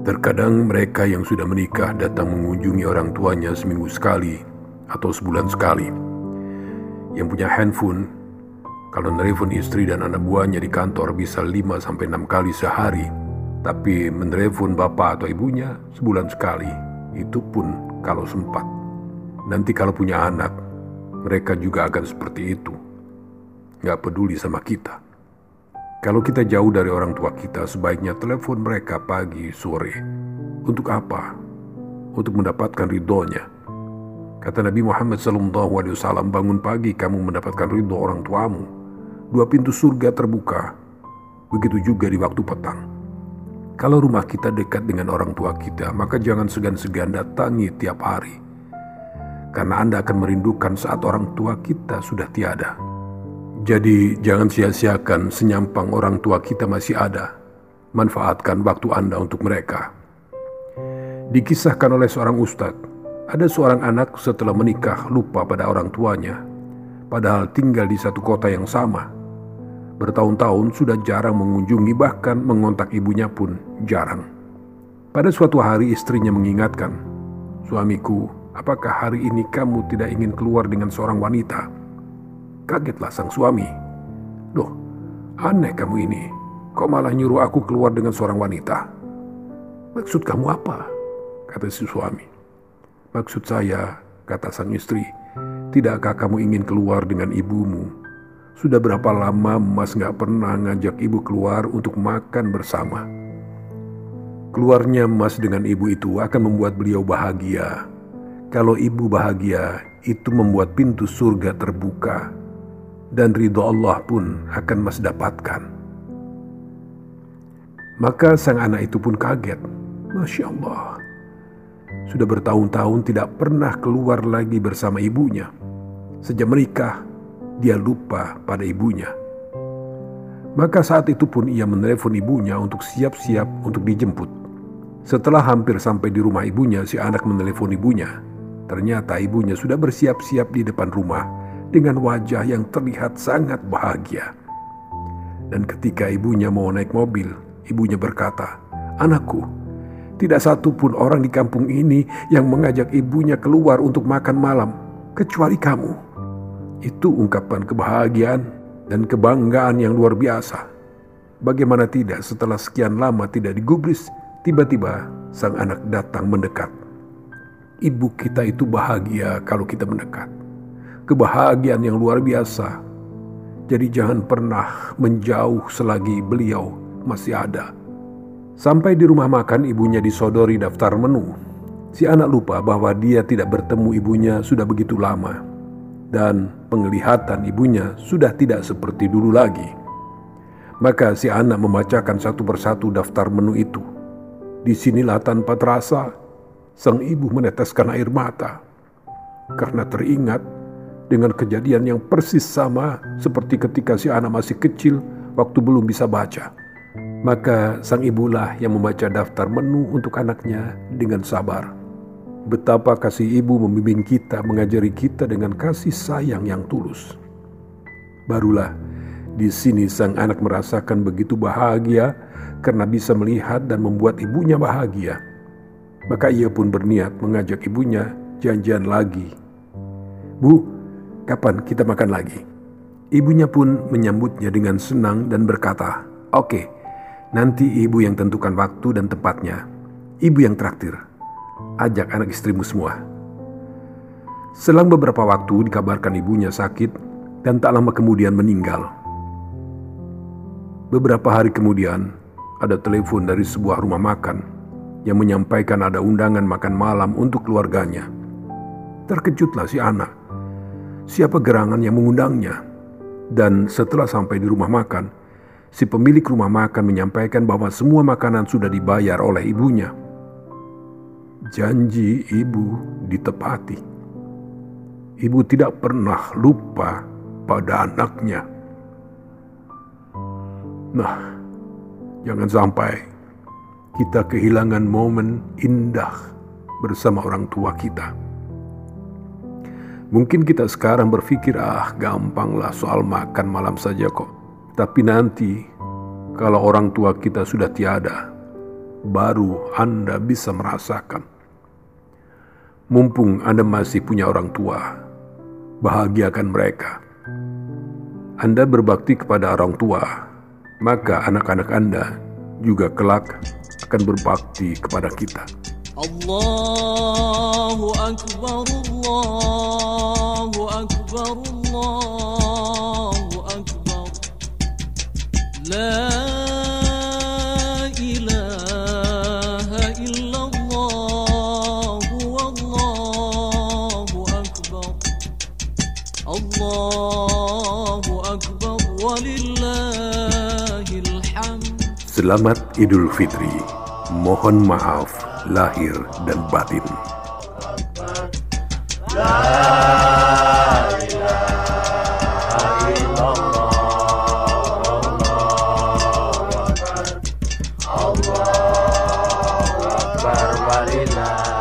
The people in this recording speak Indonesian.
Terkadang mereka yang sudah menikah datang mengunjungi orang tuanya seminggu sekali atau sebulan sekali. Yang punya handphone, kalau menelepon istri dan anak buahnya di kantor bisa 5-6 kali sehari, tapi menelepon bapak atau ibunya sebulan sekali, itu pun kalau sempat. Nanti kalau punya anak, mereka juga akan seperti itu. Gak peduli sama kita. Kalau kita jauh dari orang tua kita, sebaiknya telepon mereka pagi, sore. Untuk apa? Untuk mendapatkan ridhonya. Kata Nabi Muhammad SAW, bangun pagi kamu mendapatkan ridho orang tuamu. 2 pintu surga terbuka. Begitu juga di waktu petang. Kalau rumah kita dekat dengan orang tua kita, maka jangan segan-segan datangi tiap hari. Karena Anda akan merindukan saat orang tua kita sudah tiada. Jadi jangan sia-siakan senyampang orang tua kita masih ada. Manfaatkan waktu Anda untuk mereka. Dikisahkan oleh seorang ustadz, ada seorang anak setelah menikah lupa pada orang tuanya, padahal tinggal di satu kota yang sama. Bertahun-tahun sudah jarang mengunjungi, bahkan mengontak ibunya pun jarang. Pada suatu hari istrinya mengingatkan, "Suamiku, apakah hari ini kamu tidak ingin keluar dengan seorang wanita?" Kagetlah sang suami. "Loh, aneh kamu ini. Kok malah nyuruh aku keluar dengan seorang wanita?" "Maksud kamu apa?" kata si suami. "Maksud saya," kata sang istri, "tidakkah kamu ingin keluar dengan ibumu? Sudah berapa lama Mas gak pernah ngajak ibu keluar untuk makan bersama." Keluarnya Mas dengan ibu itu akan membuat beliau bahagia. Kalau ibu bahagia, itu membuat pintu surga terbuka. Dan ridho Allah pun akan Mas dapatkan. Maka sang anak itu pun kaget. Masya Allah, sudah bertahun-tahun tidak pernah keluar lagi bersama ibunya. Sejak menikah, dia lupa pada ibunya. Maka saat itu pun ia menelepon ibunya untuk siap-siap untuk dijemput. Setelah hampir sampai di rumah ibunya, si anak menelepon ibunya. Ternyata ibunya sudah bersiap-siap di depan rumah dengan wajah yang terlihat sangat bahagia. Dan ketika ibunya mau naik mobil, ibunya berkata, "Anakku, tidak satu pun orang di kampung ini yang mengajak ibunya keluar untuk makan malam, kecuali kamu." Itu ungkapan kebahagiaan dan kebanggaan yang luar biasa. Bagaimana tidak setelah sekian lama tidak digubris, tiba-tiba sang anak datang mendekat. Ibu kita itu bahagia kalau kita mendekat. Kebahagiaan yang luar biasa. Jadi jangan pernah menjauh selagi beliau masih ada. Sampai di rumah makan, ibunya disodori daftar menu. Si anak lupa bahwa dia tidak bertemu ibunya sudah begitu lama. Dan penglihatan ibunya sudah tidak seperti dulu lagi. Maka si anak membacakan satu persatu daftar menu itu. Disinilah tanpa terasa sang ibu meneteskan air mata. Karena teringat dengan kejadian yang persis sama seperti ketika si anak masih kecil waktu belum bisa baca. Maka sang ibulah yang membaca daftar menu untuk anaknya dengan sabar. Betapa kasih ibu membimbing kita, mengajari kita dengan kasih sayang yang tulus. Barulah di sini sang anak merasakan begitu bahagia karena bisa melihat dan membuat ibunya bahagia. Maka ia pun berniat mengajak ibunya janjian lagi. "Bu, kapan kita makan lagi?" Ibunya pun menyambutnya dengan senang dan berkata, "Oke, nanti ibu yang tentukan waktu dan tempatnya. Ibu yang traktir. Ajak anak istrimu semua." Selang beberapa waktu dikabarkan ibunya sakit dan tak lama kemudian meninggal. Beberapa hari kemudian ada telepon dari sebuah rumah makan yang menyampaikan ada undangan makan malam untuk keluarganya. Terkejutlah si anak. Siapa gerangan yang mengundangnya? Dan setelah sampai di rumah makan, si pemilik rumah makan menyampaikan bahwa semua makanan sudah dibayar oleh ibunya. Janji ibu ditepati. Ibu tidak pernah lupa pada anaknya. Nah, jangan sampai kita kehilangan momen indah bersama orang tua kita. Mungkin kita sekarang berpikir, gampanglah soal makan malam saja kok. Tapi nanti, kalau orang tua kita sudah tiada, baru Anda bisa merasakan. Mumpung Anda masih punya orang tua, bahagiakan mereka. Anda berbakti kepada orang tua, maka anak-anak Anda juga kelak akan berbakti kepada kita. Allahu Akbar, Allahu Akbar, Allahu Akbar. La ilaha illallah, Allahu Akbar. Allahu Akbar, walillahil hamd. Selamat Idul Fitri. Mohon maaf lahir dan batin. La ilaha illallah, Allahu Akbar, walillah.